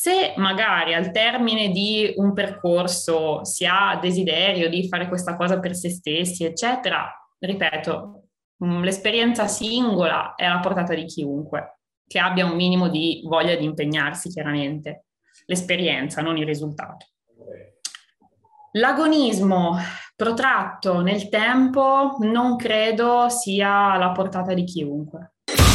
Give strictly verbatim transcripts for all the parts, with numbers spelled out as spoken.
Se magari al termine di un percorso si ha desiderio di fare questa cosa per se stessi, eccetera, ripeto, mh, l'esperienza singola è alla portata di chiunque, che abbia un minimo di voglia di impegnarsi, chiaramente. L'esperienza, non il risultato. L'agonismo protratto nel tempo non credo sia alla portata di chiunque.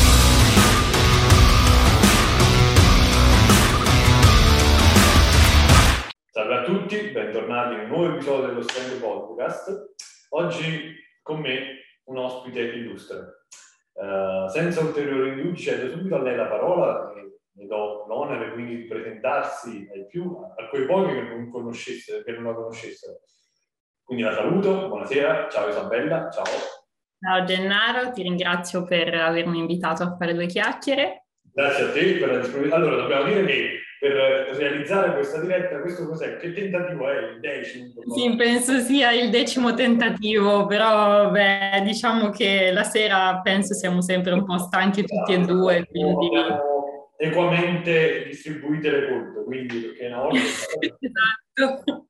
Salve a tutti, bentornati in un nuovo episodio dello Strand Podcast. Oggi con me un ospite illustre. Uh, senza ulteriori indugi, cedo subito a lei la parola e ne do l'onere quindi di presentarsi ai più, a quei pochi che non conoscessero, che non la conoscessero. Quindi la saluto, buonasera, ciao Isabella, ciao. Ciao Gennaro, ti ringrazio per avermi invitato a fare due chiacchiere. Grazie a te per la disponibilità. Allora, dobbiamo dire che per realizzare questa diretta, questo cos'è? Che tentativo è? Il decimo? Sì, penso sia il decimo tentativo, però beh, diciamo che la sera penso siamo sempre un po' stanchi tutti e due, quindi... Abbiamo equamente distribuite le colpe, quindi perché una volta... Esatto.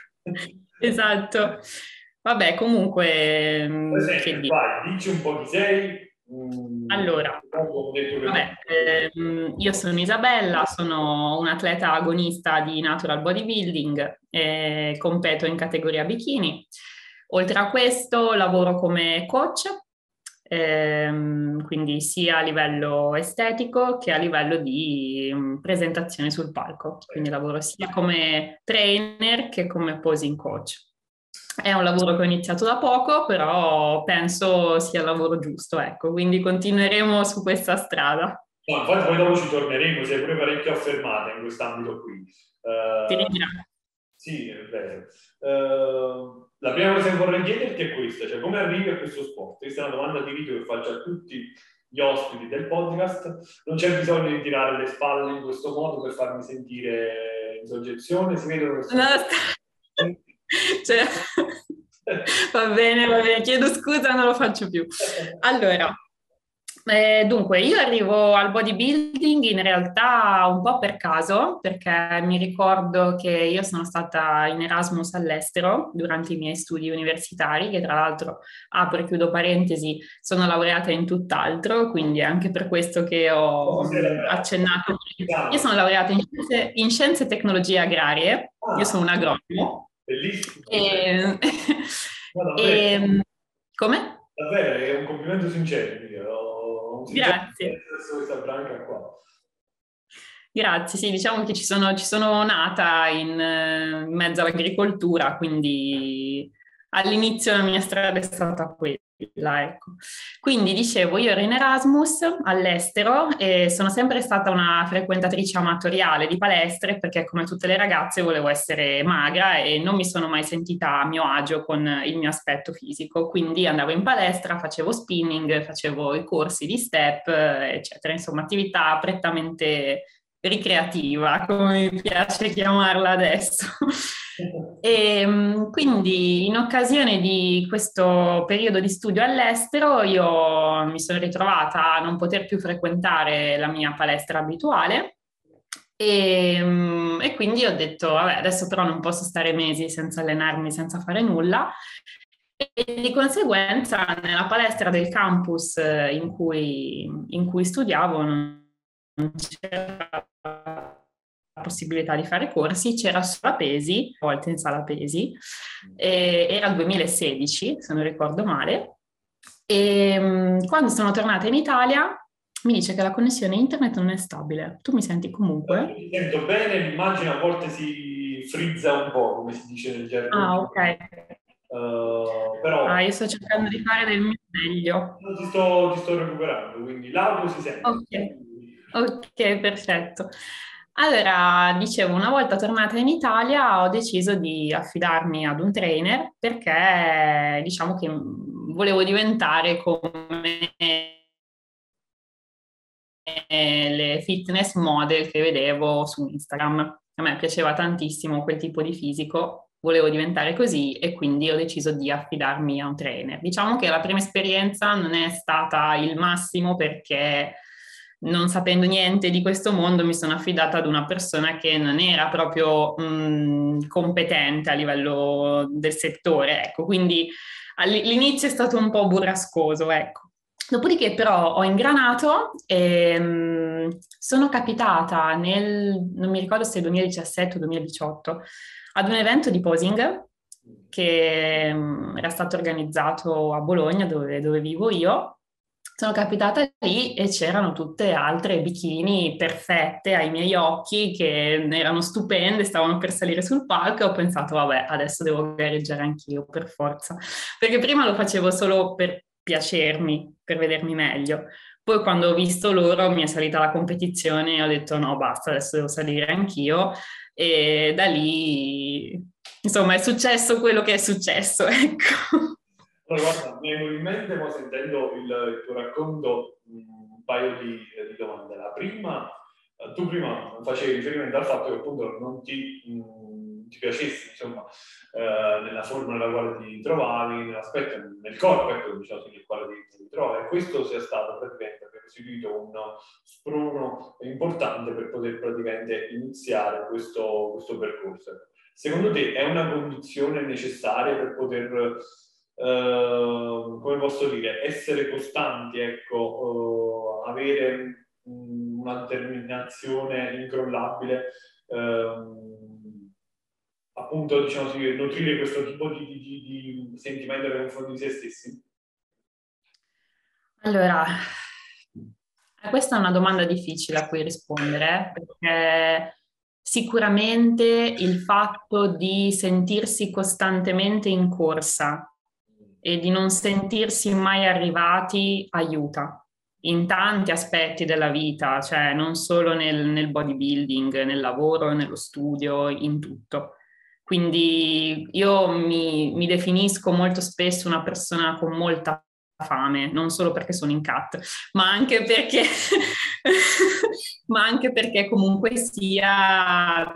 Esatto. Vabbè, comunque... Presente, che dire? vai, dici un po' chi sei. Allora, vabbè, ehm, io sono Isabella, sono un'atleta agonista di natural bodybuilding e competo in categoria bikini. Oltre a questo lavoro come coach, ehm, quindi sia a livello estetico che a livello di mm, presentazione sul palco. Quindi lavoro sia come trainer che come posing coach. È un lavoro che ho iniziato da poco, però penso sia il lavoro giusto, ecco, quindi continueremo su questa strada. No, infatti poi dopo ci torneremo, sei pure parecchio affermata in quest'ambito qui. Uh, Ti ringrazio. sì, è vero. Uh, la prima cosa che vorrei chiederti è questa, cioè come arrivi a questo sport? Questa è una domanda di rito che faccio a tutti gli ospiti del podcast. Non c'è bisogno di tirare le spalle in questo modo per farmi sentire in soggezione, si vedono che sono... No, sta... cioè... Va bene, va bene, chiedo scusa, non lo faccio più. Allora, eh, dunque, io arrivo al bodybuilding in realtà un po' per caso, perché mi ricordo che io sono stata in Erasmus all'estero durante i miei studi universitari, che tra l'altro, apro e chiudo parentesi, sono laureata in tutt'altro, quindi è anche per questo che ho accennato. Io sono laureata in scienze, in scienze e tecnologie agrarie, io sono un agronomo. Bellissimo. E... No, e... Come? Davvero, è un complimento sincero. Ho un Grazie. questa branca qua. Grazie, sì, diciamo che ci sono, ci sono nata in, in mezzo all'agricoltura, quindi all'inizio la mia strada è stata quella, ecco. Quindi dicevo, io ero in Erasmus all'estero e sono sempre stata una frequentatrice amatoriale di palestre perché come tutte le ragazze volevo essere magra e non mi sono mai sentita a mio agio con il mio aspetto fisico, quindi andavo in palestra, facevo spinning, facevo i corsi di step, eccetera, insomma attività prettamente ricreativa, come mi piace chiamarla adesso. E quindi in occasione di questo periodo di studio all'estero io mi sono ritrovata a non poter più frequentare la mia palestra abituale e, e quindi ho detto vabbè adesso però non posso stare mesi senza allenarmi, senza fare nulla e di conseguenza nella palestra del campus in cui, in cui studiavo non c'era la possibilità di fare corsi, c'era solo pesi, a volte in sala pesi, e era il duemilasedici, se non ricordo male, e quando sono tornata in Italia mi dice che la connessione internet non è stabile. Tu mi senti comunque? Mi sento bene, l'immagine a volte si frizza un po', come si dice nel gergo. Ah, ok. Uh, però ah, io sto cercando di fare del mio meglio. Ti sto, ti sto recuperando, quindi l'audio si sente. Ok, ok, perfetto. Allora, dicevo, una volta tornata in Italia ho deciso di affidarmi ad un trainer perché diciamo che volevo diventare come le fitness model che vedevo su Instagram. A me piaceva tantissimo quel tipo di fisico, volevo diventare così e quindi ho deciso di affidarmi a un trainer. Diciamo che la prima esperienza non è stata il massimo perché non sapendo niente di questo mondo mi sono affidata ad una persona che non era proprio mh, competente a livello del settore, ecco, quindi all'inizio è stato un po' burrascoso, ecco. Dopodiché però ho ingranato e mh, sono capitata nel, non mi ricordo se duemiladiciassette o duemiladiciotto, ad un evento di posing che mh, era stato organizzato a Bologna, dove, dove vivo io. Sono capitata lì e c'erano tutte altre bikini perfette ai miei occhi che erano stupende, stavano per salire sul palco e ho pensato, vabbè, adesso devo gareggiare anch'io per forza, perché prima lo facevo solo per piacermi, per vedermi meglio. Poi quando ho visto loro mi è salita la competizione e ho detto no, basta, adesso devo salire anch'io e da lì, insomma, è successo quello che è successo, ecco. Allora, guarda, mi è venuto in mente, mo, sentendo il, il tuo racconto, un paio di, di domande. La prima, tu prima facevi riferimento al fatto che appunto non ti, mh, ti piacessi, insomma, eh, nella forma nella quale ti trovavi, nell'aspetto, nel corpo, ecco, diciamo, nel quale ti, ti trovavi. E questo sia stato praticamente per costituito un sprono importante per poter praticamente iniziare questo, questo percorso. Secondo te è una condizione necessaria per poter... Uh, come posso dire, essere costanti, ecco, uh, avere um, una determinazione incrollabile, uh, appunto, diciamo così, nutrire questo tipo di, di, di sentimento nei confronti di se stessi? Allora, questa è una domanda difficile a cui rispondere, perché sicuramente il fatto di sentirsi costantemente in corsa e di non sentirsi mai arrivati aiuta in tanti aspetti della vita, cioè non solo nel, nel bodybuilding, nel lavoro, nello studio, in tutto. Quindi io mi, mi definisco molto spesso una persona con molta fame, non solo perché sono in cat, ma anche perché, ma anche perché comunque sia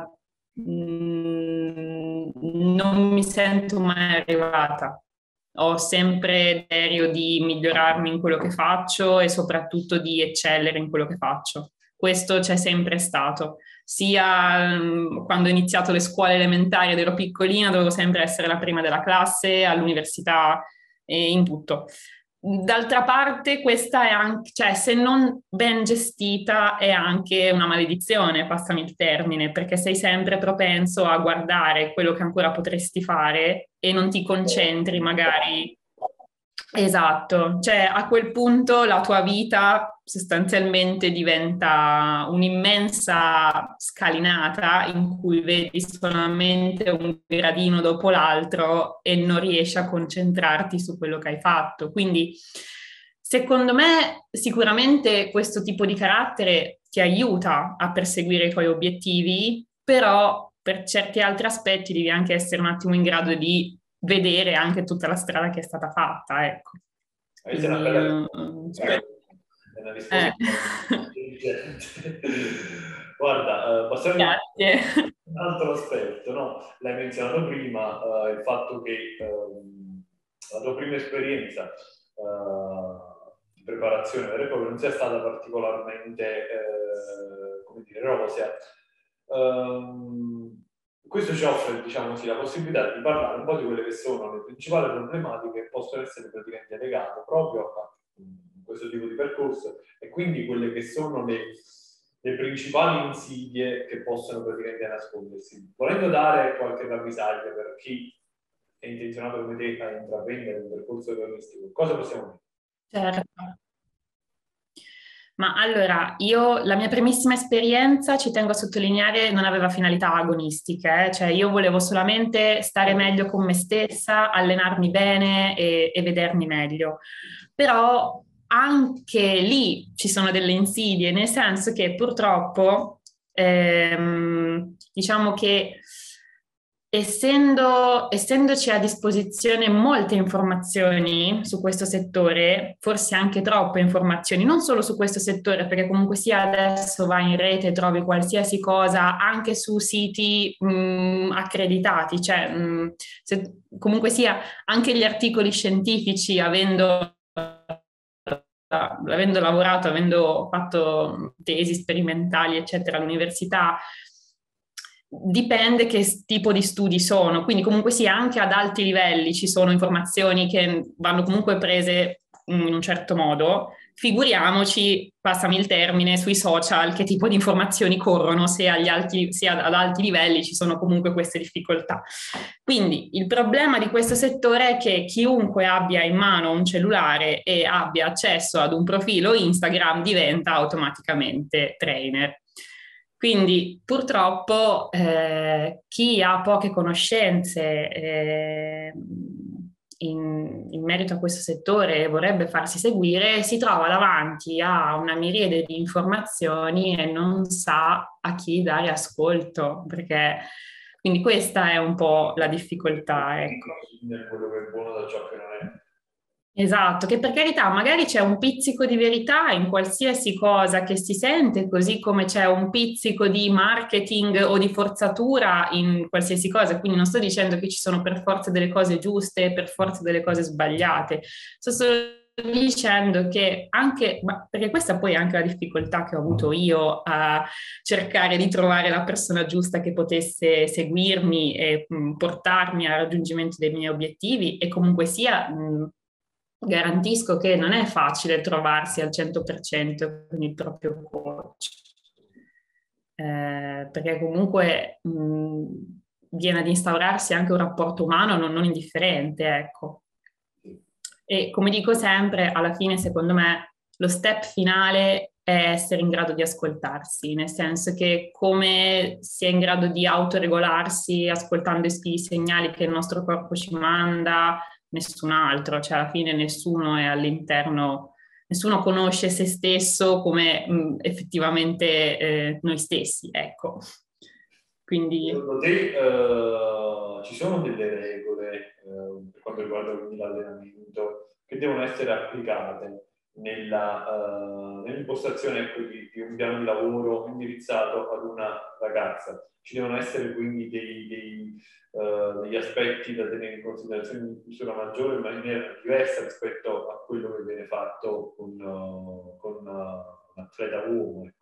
mh, non mi sento mai arrivata. Ho sempre desiderio di migliorarmi in quello che faccio e soprattutto di eccellere in quello che faccio. Questo c'è sempre stato. Sia mh, quando ho iniziato le scuole elementari ed ero piccolina, dovevo sempre essere la prima della classe, all'università e in tutto. D'altra parte, questa è anche, cioè, se non ben gestita, è anche una maledizione, passami il termine, perché sei sempre propenso a guardare quello che ancora potresti fare e non ti concentri magari. Esatto, cioè a quel punto la tua vita sostanzialmente diventa un'immensa scalinata in cui vedi solamente un gradino dopo l'altro e non riesci a concentrarti su quello che hai fatto. Quindi secondo me sicuramente questo tipo di carattere ti aiuta a perseguire i tuoi obiettivi, però per certi altri aspetti devi anche essere un attimo in grado di vedere anche tutta la strada che è stata fatta, ecco. Questa è una Quindi, bella uh, risposta, è una risposta eh. intelligente. Guarda, uh, passiamo a un altro aspetto, no? L'hai menzionato prima, uh, il fatto che uh, la tua prima esperienza uh, di preparazione vera e propria non sia stata particolarmente, uh, come dire, rosea. Um, questo ci offre, diciamo così, la possibilità di parlare un po' di quelle che sono le principali problematiche che possono essere praticamente legate proprio a questo tipo di percorso e quindi quelle che sono le, le principali insidie che possono praticamente nascondersi. Volendo dare qualche ravvisaglia per chi è intenzionato come te a intraprendere un percorso agonistico, cosa possiamo dire? Certo. Ma allora, io la mia primissima esperienza, ci tengo a sottolineare, non aveva finalità agonistiche, eh? Cioè io volevo solamente stare meglio con me stessa, allenarmi bene e, e vedermi meglio. Però anche lì ci sono delle insidie, nel senso che purtroppo ehm, diciamo che Essendo, essendoci a disposizione molte informazioni su questo settore, forse anche troppe informazioni, non solo su questo settore, perché comunque sia adesso vai in rete e trovi qualsiasi cosa anche su siti mh, accreditati, cioè mh, se, comunque sia anche gli articoli scientifici, avendo avendo lavorato, avendo fatto tesi sperimentali, eccetera, all'università, dipende che tipo di studi sono, quindi comunque sì, anche ad alti livelli ci sono informazioni che vanno comunque prese in un certo modo, figuriamoci, passami il termine, sui social, che tipo di informazioni corrono se, agli alti, se ad alti livelli ci sono comunque queste difficoltà. Quindi il problema di questo settore è che chiunque abbia in mano un cellulare e abbia accesso ad un profilo Instagram diventa automaticamente trainer. Quindi purtroppo eh, chi ha poche conoscenze eh, in, in merito a questo settore e vorrebbe farsi seguire, si trova davanti a una miriade di informazioni e non sa a chi dare ascolto, perché quindi questa è un po' la difficoltà, ecco. Quello che è buono da ciò che non è. Esatto, che per carità magari c'è un pizzico di verità in qualsiasi cosa che si sente, così come c'è un pizzico di marketing o di forzatura in qualsiasi cosa. Quindi non sto dicendo che ci sono per forza delle cose giuste e per forza delle cose sbagliate. Sto solo dicendo che anche, perché questa poi è anche la difficoltà che ho avuto io a cercare di trovare la persona giusta che potesse seguirmi e mh, portarmi al raggiungimento dei miei obiettivi e comunque sia... Mh, garantisco che non è facile trovarsi al cento per cento con il proprio coach, eh, perché comunque mh, viene ad instaurarsi anche un rapporto umano non, non indifferente, ecco. E come dico sempre, alla fine, secondo me, lo step finale è essere in grado di ascoltarsi, nel senso che come si è in grado di autoregolarsi ascoltando i segnali che il nostro corpo ci manda, nessun altro, cioè alla fine nessuno è all'interno, nessuno conosce se stesso come mh, effettivamente eh, noi stessi, ecco. Quindi... Secondo te uh, ci sono delle regole uh, per quanto riguarda quindi l'allenamento che devono essere applicate nella, uh, nell'impostazione ecco, di, di un piano di lavoro indirizzato ad una ragazza? Ci devono essere quindi dei, dei, uh, degli aspetti da tenere in considerazione in misura maggiore in maniera diversa rispetto a quello che viene fatto con, uh, con uh, un atleta uomo? Ecco.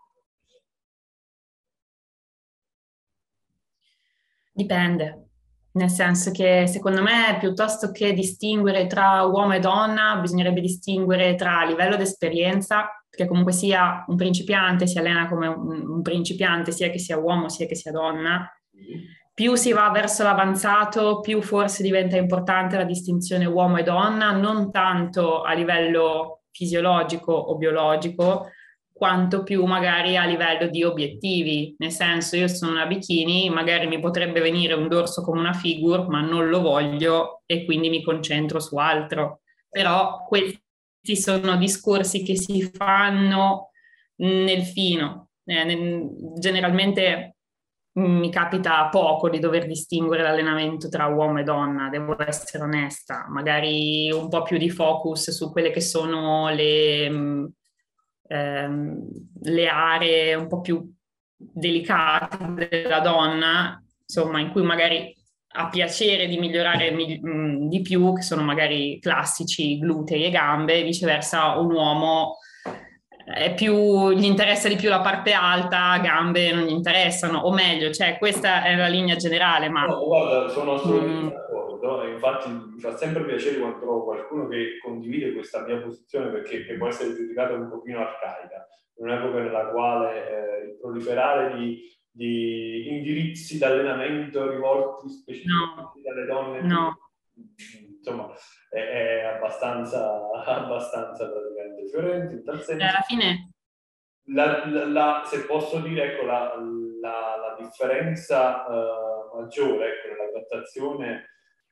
Dipende, nel senso che secondo me piuttosto che distinguere tra uomo e donna, bisognerebbe distinguere tra livello di esperienza, perché comunque sia un principiante si allena come un, un principiante, sia che sia uomo sia che sia donna. Più si va verso l'avanzato, più forse diventa importante la distinzione uomo e donna, non tanto a livello fisiologico o biologico, quanto più magari a livello di obiettivi. Nel senso, io sono una bikini, magari mi potrebbe venire un dorso come una figure, ma non lo voglio e quindi mi concentro su altro. Però questi sono discorsi che si fanno nel fino. Eh, nel, generalmente mi capita poco di dover distinguere l'allenamento tra uomo e donna, devo essere onesta, magari un po' più di focus su quelle che sono le, ehm, le aree un po' più delicate della donna, insomma, in cui magari ha piacere di migliorare mh, di più, che sono magari classici glutei e gambe, viceversa un uomo è più, gli interessa di più la parte alta, gambe non gli interessano, o meglio, cioè questa è la linea generale, ma... No, guarda, sono assolutamente Mm, d'accordo e infatti mi fa sempre piacere quando trovo qualcuno che condivide questa mia posizione perché che può essere giudicata un pochino arcaica, in un'epoca nella quale eh, il proliferare di, di indirizzi d'allenamento rivolti specificamente no, alle donne, no. insomma, è, è abbastanza, abbastanza praticamente fiorente in tal Cioè, senso. alla fine... La, la, la, se posso dire, ecco, la, la, la differenza uh, maggiore ecco, nella trattazione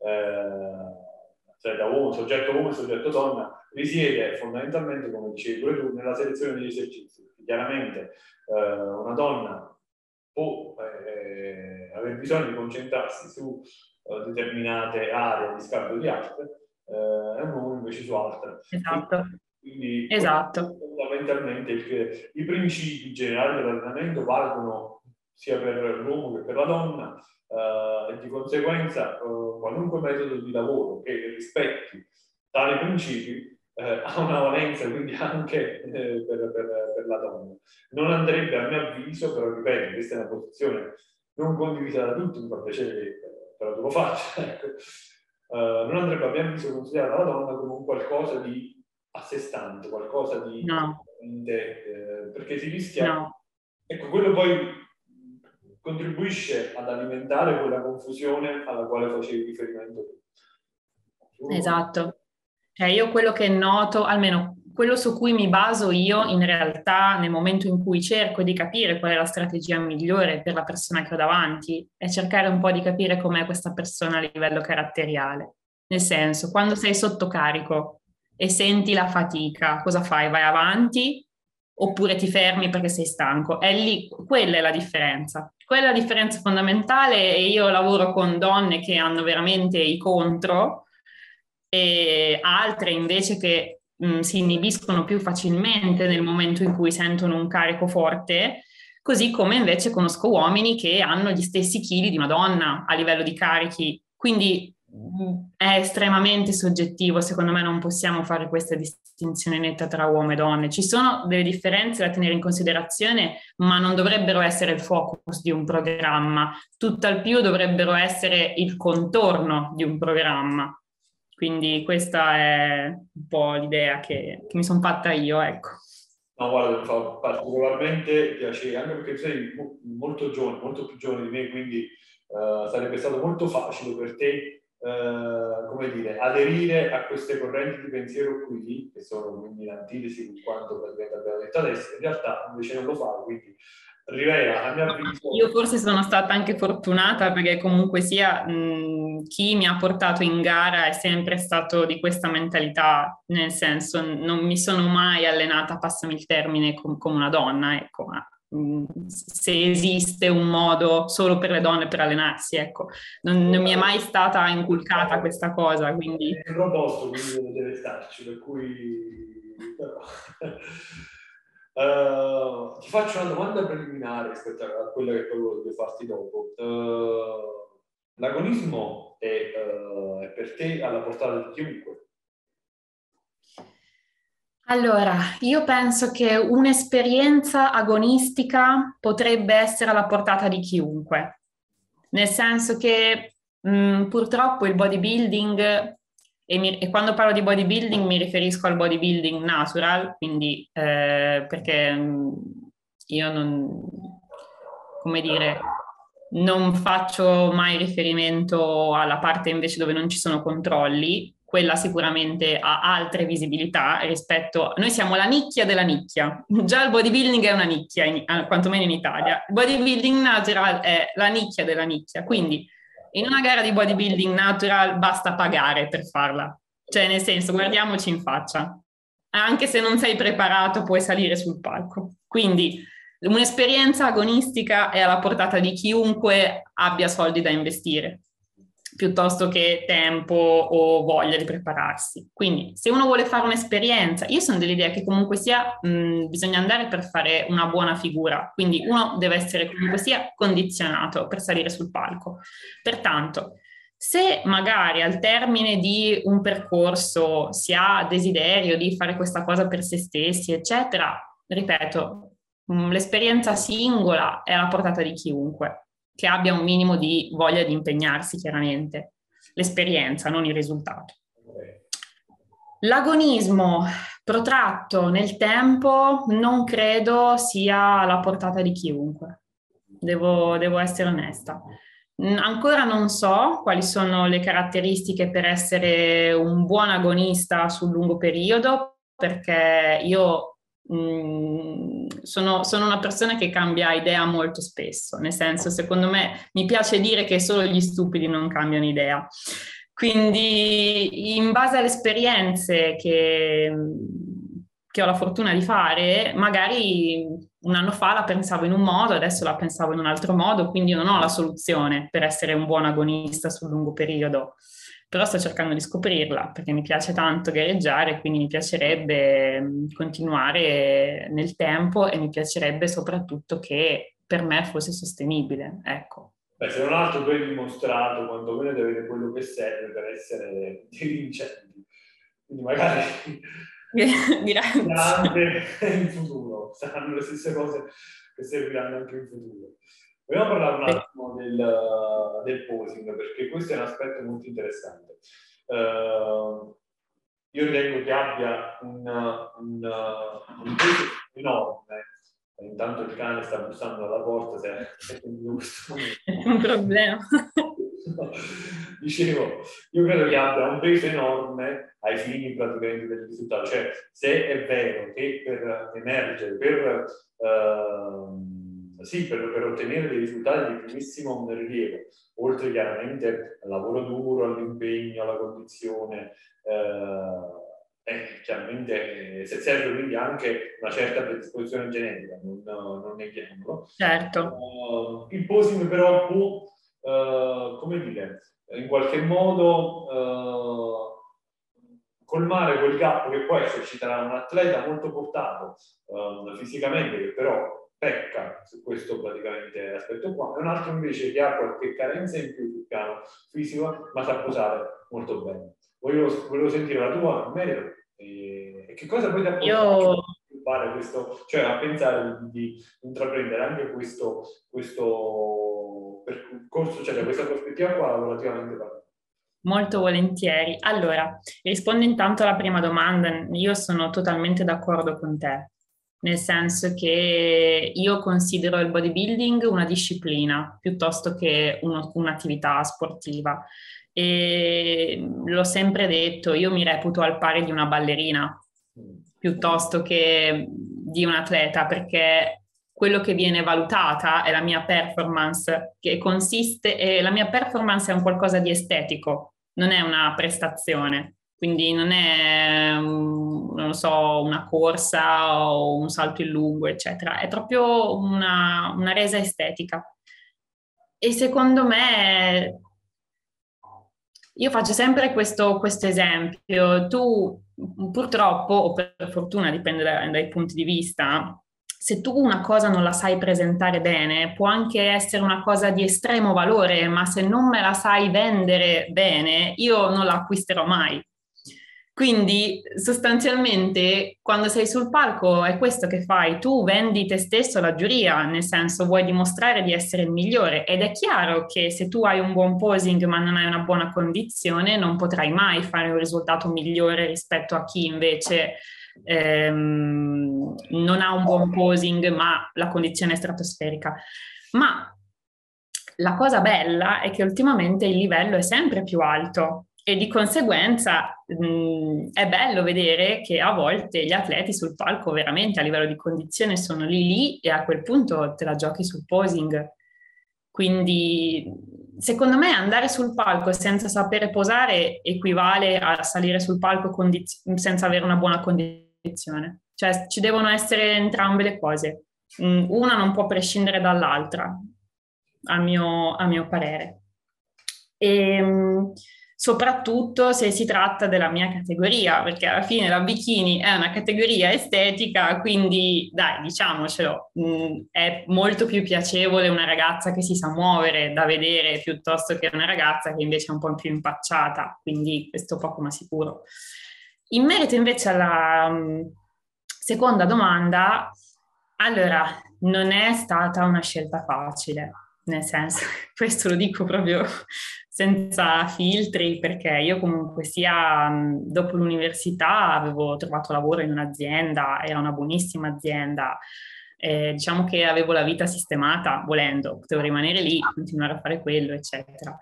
eh, cioè da uomo, soggetto uomo e soggetto donna risiede fondamentalmente, come dicevi pure tu, nella selezione degli esercizi. Chiaramente eh, una donna può eh, avere bisogno di concentrarsi su eh, determinate aree a discapito di altre eh, e un uomo invece su altre. Esatto, Quindi esatto. fondamentalmente il, i principi generali dell'allenamento valgono sia per l'uomo che per la donna eh, e di conseguenza eh, qualunque metodo di lavoro che rispetti tali principi eh, ha una valenza, quindi anche eh, per, per, per la donna. Non andrebbe, a mio avviso, però ripeto, questa è una posizione non condivisa da tutti, mi fa piacere che eh, però tu lo faccia, ecco. Uh, non andrebbe a mio avviso considerata la donna come un qualcosa di a sé stante, qualcosa di No, eh, perché si rischia, no. ecco, quello poi contribuisce ad alimentare quella confusione alla quale facevi riferimento tu. Esatto. Cioè io quello che noto, almeno quello su cui mi baso io in realtà nel momento in cui cerco di capire qual è la strategia migliore per la persona che ho davanti, è cercare un po' di capire com'è questa persona a livello caratteriale. Nel senso, quando sei sotto carico e senti la fatica, cosa fai? Vai avanti oppure ti fermi perché sei stanco? È lì, quella è la differenza. Quella è la differenza fondamentale e io lavoro con donne che hanno veramente i contro e altre invece che mh, si inibiscono più facilmente nel momento in cui sentono un carico forte, così come invece conosco uomini che hanno gli stessi chili di una donna a livello di carichi. Quindi mh, è estremamente soggettivo, secondo me non possiamo fare questa distinzione netta tra uomo e donne. Ci sono delle differenze da tenere in considerazione, ma non dovrebbero essere il focus di un programma, tutt'al più dovrebbero essere il contorno di un programma. Quindi questa è un po' l'idea che, che mi sono fatta io, ecco. No, guarda, mi fa particolarmente piacere, anche perché tu sei mo- molto giovane, molto più giovane di me, quindi eh, sarebbe stato molto facile per te, eh, come dire, aderire a queste correnti di pensiero qui, che sono quindi in antitesi con quanto praticamente abbiamo detto adesso, in realtà invece non lo fa, quindi rivela, a mio avviso. Io forse sono stata anche fortunata perché comunque sia mh, chi mi ha portato in gara è sempre stato di questa mentalità, nel senso non mi sono mai allenata, passami il termine, com- come una donna, ecco, ma mh, se esiste un modo solo per le donne per allenarsi, ecco, non, non mi è mai stata inculcata questa cosa, quindi... È un posto, quindi deve starci, per cui... Però... Uh, ti faccio una domanda preliminare rispetto a quella che poi voglio farti dopo. Uh, l'agonismo è, uh, è per te alla portata di chiunque? Allora, io penso che un'esperienza agonistica potrebbe essere alla portata di chiunque, nel senso che mh, purtroppo il bodybuilding, e, mi- e quando parlo di bodybuilding mi riferisco al bodybuilding natural, quindi eh, perché mh, io non, come dire, non faccio mai riferimento alla parte invece dove non ci sono controlli, quella sicuramente ha altre visibilità rispetto... Noi siamo la nicchia della nicchia, già il bodybuilding è una nicchia, in, quantomeno in Italia. Il bodybuilding natural è la nicchia della nicchia, quindi in una gara di bodybuilding natural basta pagare per farla. Cioè, nel senso, guardiamoci in faccia. Anche se non sei preparato, puoi salire sul palco. Quindi un'esperienza agonistica è alla portata di chiunque abbia soldi da investire, piuttosto che tempo o voglia di prepararsi. Quindi, se uno vuole fare un'esperienza, io sono dell'idea che comunque sia mh, bisogna andare per fare una buona figura, quindi uno deve essere comunque sia condizionato per salire sul palco. Pertanto, se magari al termine di un percorso si ha desiderio di fare questa cosa per se stessi, eccetera, ripeto, mh, l'esperienza singola è alla portata di chiunque che abbia un minimo di voglia di impegnarsi, chiaramente. L'esperienza, non il risultato. L'agonismo protratto nel tempo non credo sia alla portata di chiunque. Devo, devo essere onesta. Ancora non so quali sono le caratteristiche per essere un buon agonista sul lungo periodo, perché io mh, sono, sono una persona che cambia idea molto spesso, nel senso, secondo me, mi piace dire che solo gli stupidi non cambiano idea. Quindi, in base alle esperienze che, che ho la fortuna di fare, magari un anno fa la pensavo in un modo, adesso la pensavo in un altro modo, quindi io non ho la soluzione per essere un buon agonista sul lungo periodo, però sto cercando di scoprirla perché mi piace tanto gareggiare, quindi mi piacerebbe continuare nel tempo e mi piacerebbe soprattutto che per me fosse sostenibile, ecco. Beh, se non altro tu hai dimostrato quantomeno di avere quello che serve per essere dei vincenti. quindi magari anche in futuro saranno le stesse cose che serviranno anche in futuro. Vogliamo parlare un attimo del, del posing, perché questo è un aspetto molto interessante. Uh, io ritengo che abbia un, un, un peso enorme. Intanto il cane sta bussando alla porta, se è un problema. Dicevo, io credo che abbia un peso enorme ai fini praticamente del risultato. Cioè, se è vero che per emergere, per, uh, sì, per, per ottenere dei risultati di primissimo rilievo, oltre chiaramente al lavoro duro, all'impegno, alla condizione, uh, eh, chiaramente se serve quindi anche una certa predisposizione genetica, non, non neghiamolo. Certo. Uh, il posing però può, uh, come dire, in qualche modo uh, colmare quel gap che può esserci tra un atleta molto portato uh, fisicamente, che però pecca su questo praticamente aspetto qua, e un altro invece che ha qualche carenza in più sul piano fisico, ma sa posare molto bene. Volevo, volevo sentire la tua, Mario, e, e che cosa poi ti ha portato a fare questo, cioè a pensare di, di intraprendere anche questo, questo percorso, cioè da questa prospettiva qua lavorativamente parlando. Molto volentieri. Allora, rispondo intanto alla prima domanda. Io sono totalmente d'accordo con te, nel senso che io considero il bodybuilding una disciplina piuttosto che uno, un'attività sportiva. E l'ho sempre detto, io mi reputo al pari di una ballerina piuttosto che di un atleta, perché quello che viene valutata è la mia performance, che consiste, e la mia performance è un qualcosa di estetico, non è una prestazione, quindi non è, non lo so, una corsa o un salto in lungo, eccetera, è proprio una, una resa estetica. E secondo me, io faccio sempre questo, questo esempio, tu purtroppo, o per fortuna, dipende dai, dai punti di vista, se tu una cosa non la sai presentare bene, può anche essere una cosa di estremo valore, ma se non me la sai vendere bene, io non la acquisterò mai. Quindi sostanzialmente quando sei sul palco è questo che fai, tu vendi te stesso alla giuria, nel senso vuoi dimostrare di essere il migliore, ed è chiaro che se tu hai un buon posing ma non hai una buona condizione non potrai mai fare un risultato migliore rispetto a chi invece ehm, non ha un buon posing ma la condizione è stratosferica. Ma la cosa bella è che ultimamente il livello è sempre più alto. E di conseguenza mh, è bello vedere che a volte gli atleti sul palco veramente a livello di condizione sono lì lì e a quel punto te la giochi sul posing. Quindi secondo me andare sul palco senza sapere posare equivale a salire sul palco condiz- senza avere una buona condizione. Cioè ci devono essere entrambe le cose. Mh, una non può prescindere dall'altra, a mio, a mio parere. E, mh, soprattutto se si tratta della mia categoria, perché alla fine la bikini è una categoria estetica, quindi dai, diciamocelo, mh, è molto più piacevole una ragazza che si sa muovere da vedere piuttosto che una ragazza che invece è un po' più impacciata, quindi questo poco ma sicuro. In merito invece alla mh, seconda domanda, allora, non è stata una scelta facile, nel senso, questo lo dico proprio senza filtri, perché io comunque sia dopo l'università avevo trovato lavoro in un'azienda, era una buonissima azienda, eh, diciamo che avevo la vita sistemata, volendo, potevo rimanere lì, continuare a fare quello, eccetera.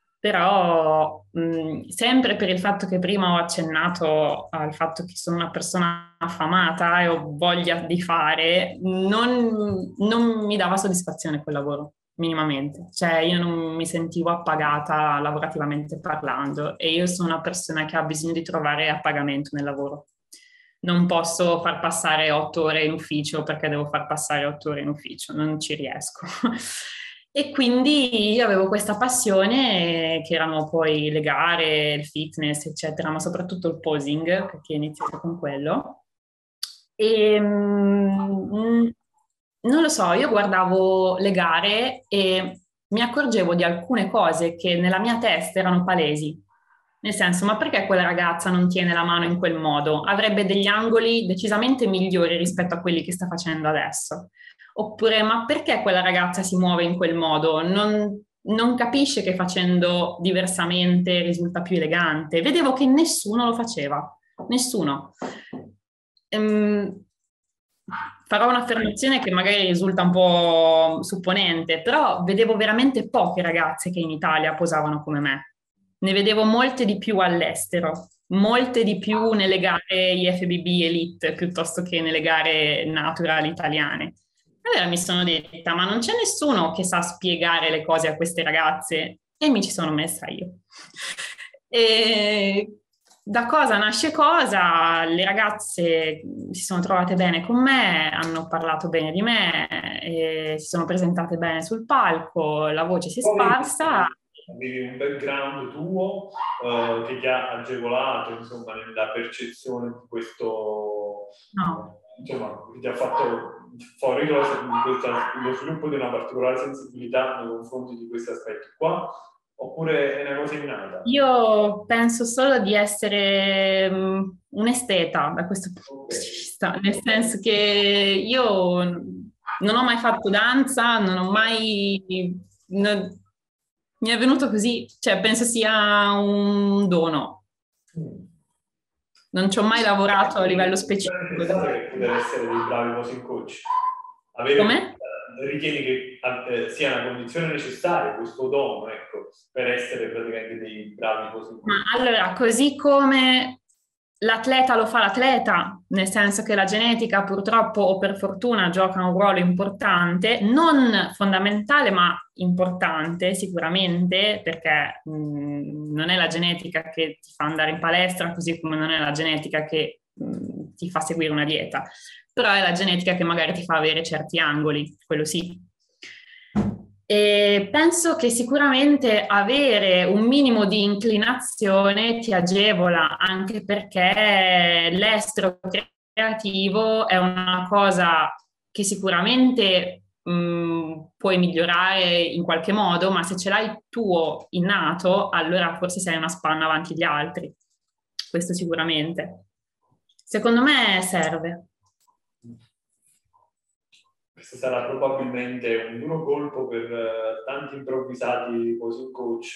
Però mh, sempre per il fatto che prima ho accennato al fatto che sono una persona affamata e ho voglia di fare, non, non mi dava soddisfazione quel lavoro minimamente, cioè io non mi sentivo appagata lavorativamente parlando e io sono una persona che ha bisogno di trovare appagamento nel lavoro. Non posso far passare otto ore in ufficio perché devo far passare otto ore in ufficio, non ci riesco. E quindi io avevo questa passione che erano poi le gare, il fitness, eccetera, ma soprattutto il posing, perché ho iniziato con quello. E mm, non lo so, io guardavo le gare e mi accorgevo di alcune cose che nella mia testa erano palesi. Nel senso, ma perché quella ragazza non tiene la mano in quel modo? Avrebbe degli angoli decisamente migliori rispetto a quelli che sta facendo adesso. Oppure, ma perché quella ragazza si muove in quel modo? Non, non capisce che facendo diversamente risulta più elegante. Vedevo che nessuno lo faceva, nessuno. Ehm, farò un'affermazione che magari risulta un po' supponente, però vedevo veramente poche ragazze che in Italia posavano come me. Ne vedevo molte di più all'estero, molte di più nelle gare I F B B Elite piuttosto che nelle gare natural italiane. Allora mi sono detta, ma non c'è nessuno che sa spiegare le cose a queste ragazze? E mi ci sono messa io. E da cosa nasce cosa? Le ragazze si sono trovate bene con me, hanno parlato bene di me, e si sono presentate bene sul palco, la voce si è sparsa. Avevi un background tuo uh, che ti ha agevolato, insomma, nella percezione di questo, no. insomma, che ti ha fatto fuori lo, lo sviluppo di una particolare sensibilità nei confronti di questi aspetti qua, oppure è una cosa innata? Io penso solo di essere um, un esteta da questo punto di vista, nel senso che io non ho mai fatto danza, non ho mai... Non, mi è venuto così, cioè penso sia un dono. Non ci ho mai lavorato a livello specifico. Che deve essere dei bravi posing coach. Avere, Come? Ritieni che eh, sia una condizione necessaria questo dono, ecco, per essere praticamente dei bravi posing coach? Ma allora, così come l'atleta lo fa l'atleta, nel senso che la genetica purtroppo o per fortuna gioca un ruolo importante, non fondamentale ma importante sicuramente, perché mh, non è la genetica che ti fa andare in palestra, così come non è la genetica che mh, ti fa seguire una dieta, però è la genetica che magari ti fa avere certi angoli, quello sì. E penso che sicuramente avere un minimo di inclinazione ti agevola, anche perché l'estro creativo è una cosa che sicuramente mh, puoi migliorare in qualche modo, ma se ce l'hai tuo innato, allora forse sei una spanna avanti gli altri. Questo sicuramente. Secondo me serve. Questo sarà probabilmente un duro colpo per uh, tanti improvvisati posing coach,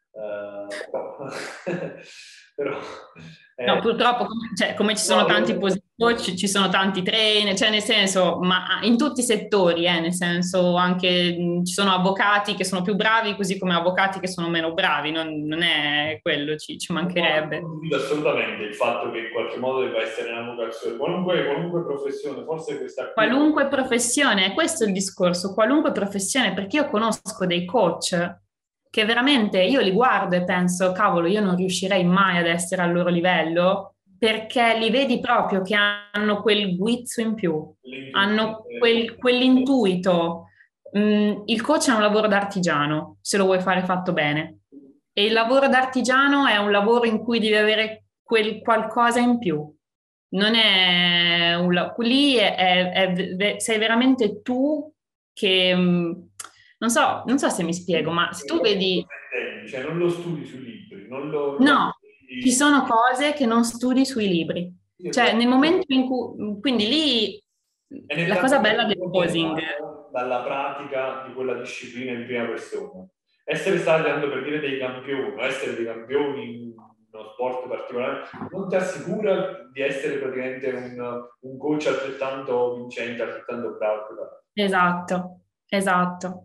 uh, però... Eh. No, purtroppo, cioè, come ci sono no, tanti posing coach, ci sono tanti trainer, cioè nel senso, ma in tutti i settori, eh, nel senso anche mh, ci sono avvocati che sono più bravi, così come avvocati che sono meno bravi, non, non è quello, ci, ci mancherebbe. Assolutamente il fatto che in qualche modo debba essere una vocazione, qualunque, qualunque professione, forse questa qui... Qualunque professione, questo è il discorso, qualunque professione, perché io conosco dei coach che veramente io li guardo e penso, cavolo, io non riuscirei mai ad essere al loro livello, perché li vedi proprio che hanno quel guizzo in più, hanno quel, quell'intuito. Mm, il coach è un lavoro d'artigiano, se lo vuoi fare fatto bene. E il lavoro d'artigiano è un lavoro in cui devi avere quel qualcosa in più. Non è un lì è, è, è, sei veramente tu che... Non so, non so se mi spiego, ma se tu vedi... Cioè non lo studi sui libri, non lo... No, ci sono cose che non studi sui libri. Cioè nel momento in cui... Quindi lì la cosa bella del posing... Dalla pratica di quella disciplina in prima persona. Essere stati, tanto per dire, dei campioni, o essere dei campioni in uno sport particolare, non ti assicura di essere praticamente un, un coach altrettanto vincente, altrettanto bravo. Esatto, esatto.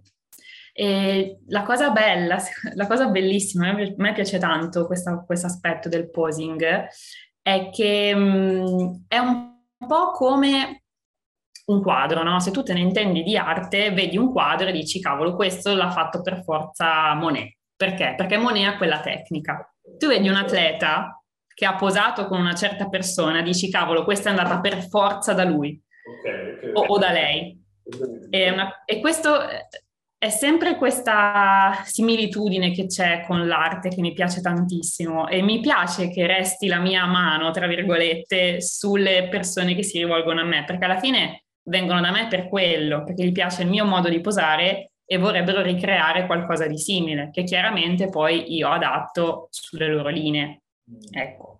E la cosa bella, la cosa bellissima, a me piace tanto questo aspetto del posing, è che mh, è un po' come un quadro, no? Se tu te ne intendi di arte, vedi un quadro e dici, cavolo, questo l'ha fatto per forza Monet. Perché? Perché Monet ha quella tecnica. Tu vedi un atleta che ha posato con una certa persona, dici, cavolo, questa è andata per forza da lui okay, okay. O, o da lei. E, una, e questo è sempre questa similitudine che c'è con l'arte che mi piace tantissimo e mi piace che resti la mia mano, tra virgolette, sulle persone che si rivolgono a me, perché alla fine vengono da me per quello, perché gli piace il mio modo di posare e vorrebbero ricreare qualcosa di simile, che chiaramente poi io adatto sulle loro linee. Ecco.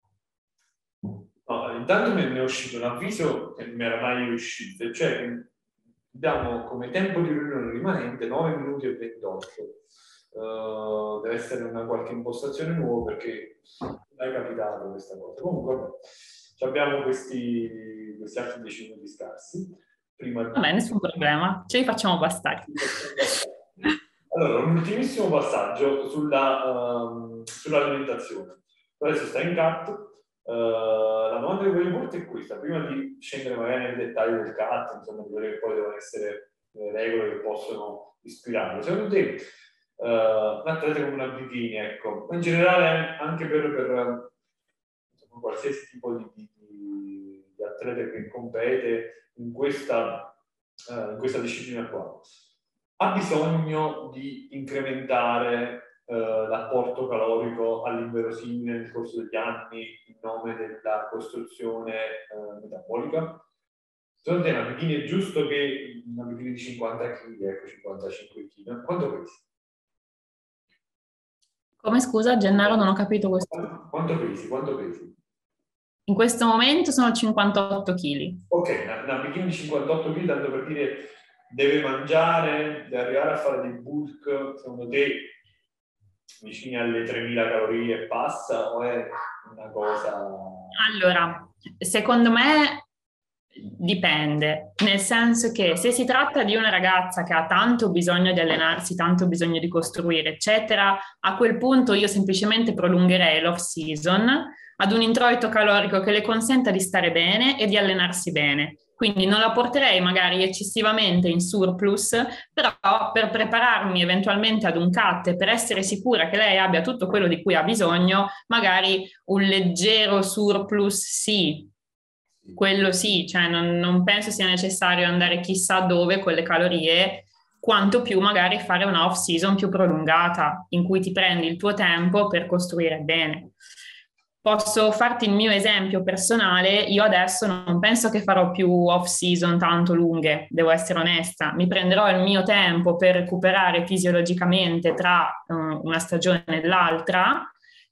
No, intanto mi è uscito un avviso che non mi era mai uscito, cioè che diamo come tempo di riunione rimanente nove minuti e ventotto. Uh, deve essere una qualche impostazione nuova perché non è capitato questa cosa. Comunque, vabbè, abbiamo questi, questi altri dieci minuti scarsi. Prima di... Vabbè, nessun problema, ce li facciamo bastare. Allora, un ultimissimo passaggio sulla, um, sull'alimentazione. Adesso sta in cut. Uh, la domanda che voglio porti è questa, prima di scendere magari nel dettaglio del cut, insomma, di quelle che poi devono essere le regole che possono ispirarlo. Secondo te, uh, un atleta come una bikini, ecco, in generale anche per, per insomma, qualsiasi tipo di, di, di atleta che compete in questa, uh, in questa disciplina qua, ha bisogno di incrementare Uh, l'apporto calorico all'inverosimile nel corso degli anni in nome della costruzione uh, metabolica? Secondo te una bikini è giusto che una bikini di cinquanta chili, ecco cinquantacinque chili, quanto pesi? Come scusa, Gennaro, non ho capito questo. Quanto, quanto pesi? Quanto pesi? In questo momento sono cinquantotto chili. Ok, una, una bikini di cinquantotto chili, tanto per dire, deve mangiare, deve arrivare a fare dei bulk, secondo te vicini alle tremila calorie e passa o è una cosa... Allora, secondo me dipende, nel senso che se si tratta di una ragazza che ha tanto bisogno di allenarsi, tanto bisogno di costruire, eccetera, a quel punto io semplicemente prolungherei l'off season ad un introito calorico che le consenta di stare bene e di allenarsi bene. Quindi non la porterei magari eccessivamente in surplus, però per prepararmi eventualmente ad un cut e per essere sicura che lei abbia tutto quello di cui ha bisogno, magari un leggero surplus sì, quello sì, cioè non, non penso sia necessario andare chissà dove con le calorie, quanto più magari fare una off season più prolungata, in cui ti prendi il tuo tempo per costruire bene. Posso farti il mio esempio personale, io adesso non penso che farò più off season tanto lunghe, devo essere onesta, mi prenderò il mio tempo per recuperare fisiologicamente tra um, una stagione e l'altra,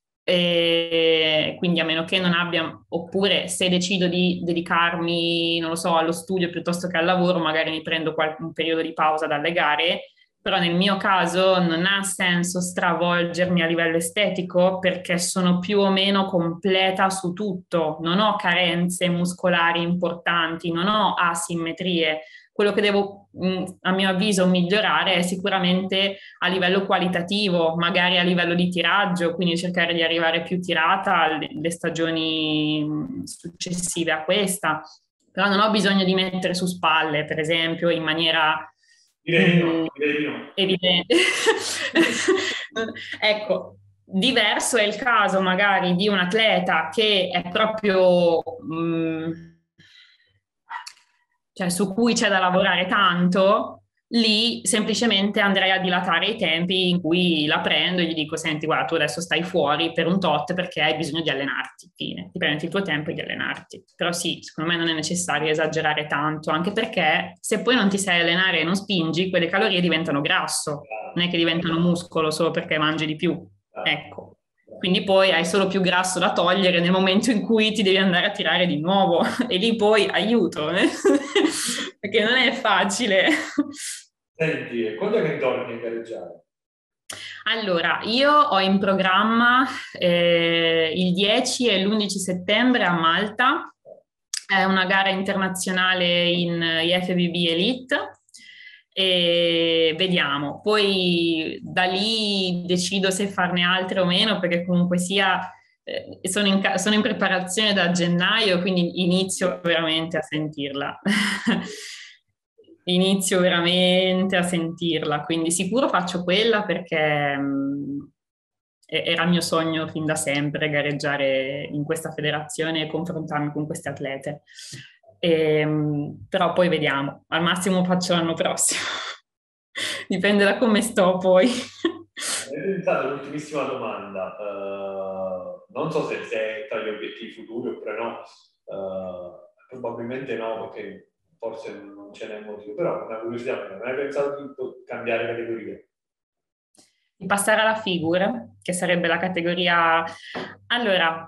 e quindi a meno che non abbia, oppure se decido di dedicarmi, non lo so, allo studio piuttosto che al lavoro, magari mi prendo qualche, un periodo di pausa dalle gare, però nel mio caso non ha senso stravolgermi a livello estetico perché sono più o meno completa su tutto, non ho carenze muscolari importanti, non ho asimmetrie. Quello che devo, a mio avviso, migliorare è sicuramente a livello qualitativo, magari a livello di tiraggio, quindi cercare di arrivare più tirata alle stagioni successive a questa. Però non ho bisogno di mettere su spalle, per esempio, in maniera Direi di no, direi di no. evidente. Ecco, diverso è il caso magari di un atleta che è proprio... Mh, cioè su cui c'è da lavorare tanto, lì semplicemente andrei a dilatare i tempi in cui la prendo e gli dico, senti, guarda, tu adesso stai fuori per un tot perché hai bisogno di allenarti, fine, ti prendi il tuo tempo di allenarti. Però sì, secondo me non è necessario esagerare tanto, anche perché se poi non ti sai allenare e non spingi, quelle calorie diventano grasso, non è che diventano muscolo solo perché mangi di più. Ecco. Quindi poi hai solo più grasso da togliere nel momento in cui ti devi andare a tirare di nuovo e lì poi aiuto, eh? Perché non è facile. Senti, e quando è che torni a gareggiare? Allora, io ho in programma eh, il dieci e l'undici settembre a Malta, è una gara internazionale in I F B B Elite. E vediamo, poi da lì decido se farne altre o meno, perché comunque sia eh, sono, in, sono in preparazione da gennaio, quindi inizio veramente a sentirla. Inizio veramente a sentirla, quindi sicuro faccio quella perché mh, era il mio sogno fin da sempre gareggiare in questa federazione e confrontarmi con queste atlete. E, però poi vediamo, al massimo faccio l'anno prossimo. Dipende da come sto poi. È diventata l'ultimissima domanda. Uh, non so se, se è tra gli obiettivi futuri oppure no. Uh, probabilmente no, perché forse non non ce n'è motivo, però una curiosità, non hai pensato di cambiare categoria? Di passare alla figure, che sarebbe la categoria... Allora,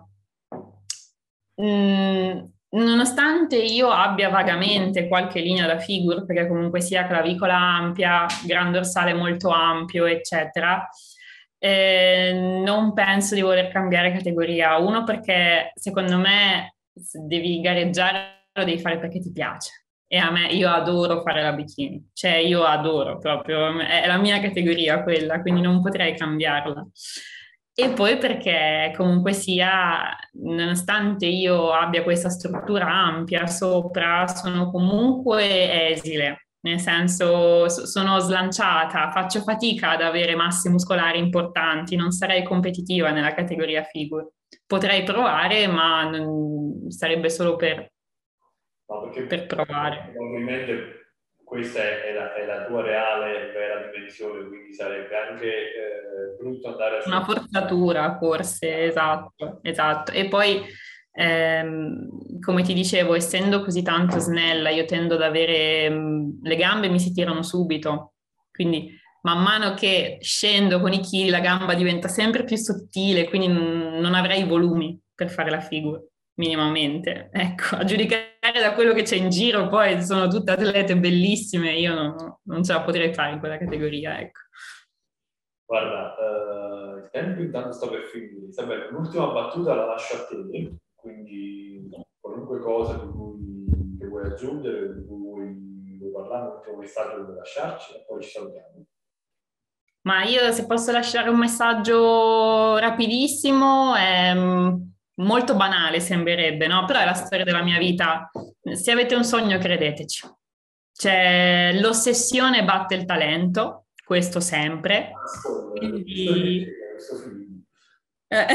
mh, nonostante io abbia vagamente qualche linea da figure, perché comunque sia clavicola ampia, gran dorsale molto ampio, eccetera, eh, non penso di voler cambiare categoria. Uno, perché secondo me se devi gareggiare, lo devi fare perché ti piace. E a me, io adoro fare la bikini, cioè io adoro proprio, è la mia categoria quella, quindi non potrei cambiarla. E poi perché comunque sia, nonostante io abbia questa struttura ampia sopra, sono comunque esile, nel senso sono slanciata, faccio fatica ad avere massi muscolari importanti, non sarei competitiva nella categoria figure. Potrei provare, ma non, sarebbe solo per, no, perché per provare. probabilmente questa è la, è la tua reale, vera dimensione, quindi sarebbe anche eh, brutto andare a... Una forzatura, forse, esatto, esatto. E poi, ehm, come ti dicevo, essendo così tanto snella, io tendo ad avere, mh, le gambe mi si tirano subito, quindi man mano che scendo con i chili la gamba diventa sempre più sottile, quindi n- non avrei i volumi per fare la figura, minimamente. Ecco, a giudicare da quello che c'è in giro, poi sono tutte atlete bellissime, io non, non ce la potrei fare in quella categoria, ecco. Guarda, eh, il tempo intanto sta per finire. Isabella, l'ultima battuta la lascio a te, quindi qualunque cosa di cui che vuoi aggiungere, di cui vuoi, vuoi parlare, un ultimo messaggio vuoi lasciarci e poi ci salutiamo. Ma io se posso lasciare un messaggio rapidissimo, è mm, molto banale sembrerebbe, no? Però è la storia della mia vita. Se avete un sogno, credeteci. Cioè, l'ossessione batte il talento, questo sempre. Quindi... Eh,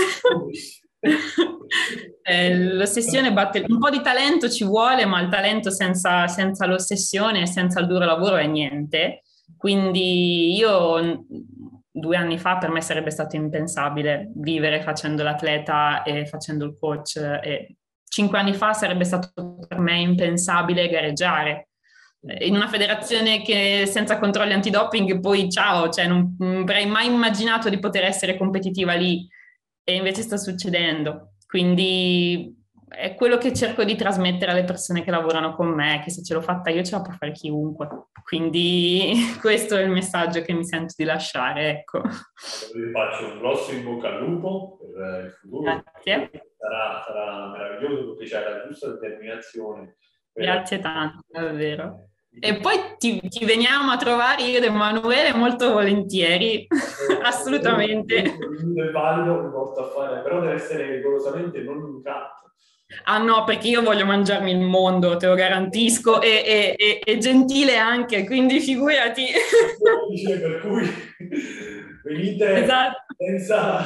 eh, l'ossessione batte... Un po' di talento ci vuole, ma il talento senza, senza l'ossessione e senza il duro lavoro è niente. Quindi io due anni fa per me sarebbe stato impensabile vivere facendo l'atleta e facendo il coach e cinque anni fa sarebbe stato per me impensabile gareggiare in una federazione che senza controlli antidoping poi ciao, cioè non, non avrei mai immaginato di poter essere competitiva lì e invece sta succedendo. Quindi è quello che cerco di trasmettere alle persone che lavorano con me, che se ce l'ho fatta io ce la può fare chiunque. Quindi questo è il messaggio che mi sento di lasciare, ecco. Vi faccio un grosso in bocca al lupo per il futuro. Grazie. Sarà, sarà meraviglioso perché c'è la giusta determinazione. Grazie tanto, davvero. E poi ti, ti veniamo a trovare io ed Emanuele molto volentieri, assolutamente. È valido, mi porto a fare, però deve essere rigorosamente non un cut. Ah no, perché io voglio mangiarmi il mondo, te lo garantisco, e, e, e, e gentile anche, quindi figurati. Per cui venite esatto. senza...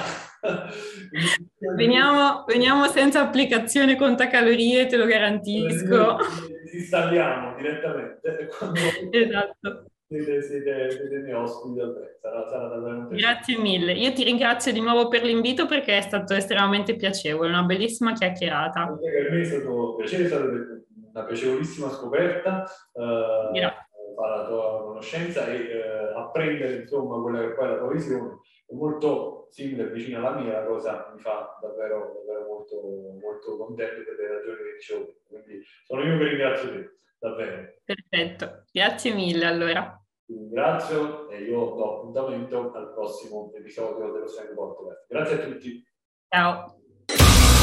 Veniamo, veniamo senza applicazione contacalorie, te lo garantisco. Ci installiamo direttamente. Quando esatto. Siete, siete, siete miei ospiti, sarà, sarà davvero un piacere. Grazie mille. Io ti ringrazio di nuovo per l'invito perché è stato estremamente piacevole, una bellissima chiacchierata. Anche per me è stato un piacere, è stata una piacevolissima scoperta eh, fare la tua conoscenza e eh, apprendere insomma quella che poi è la tua visione. È molto simile e vicina alla mia, la cosa mi fa davvero, davvero molto, molto contento per le ragioni che dicevo. Quindi sono io che ringrazio te, davvero. Perfetto, grazie mille allora. Ti ringrazio e io do appuntamento al prossimo episodio dello Strength Podcast. Grazie a tutti. Ciao.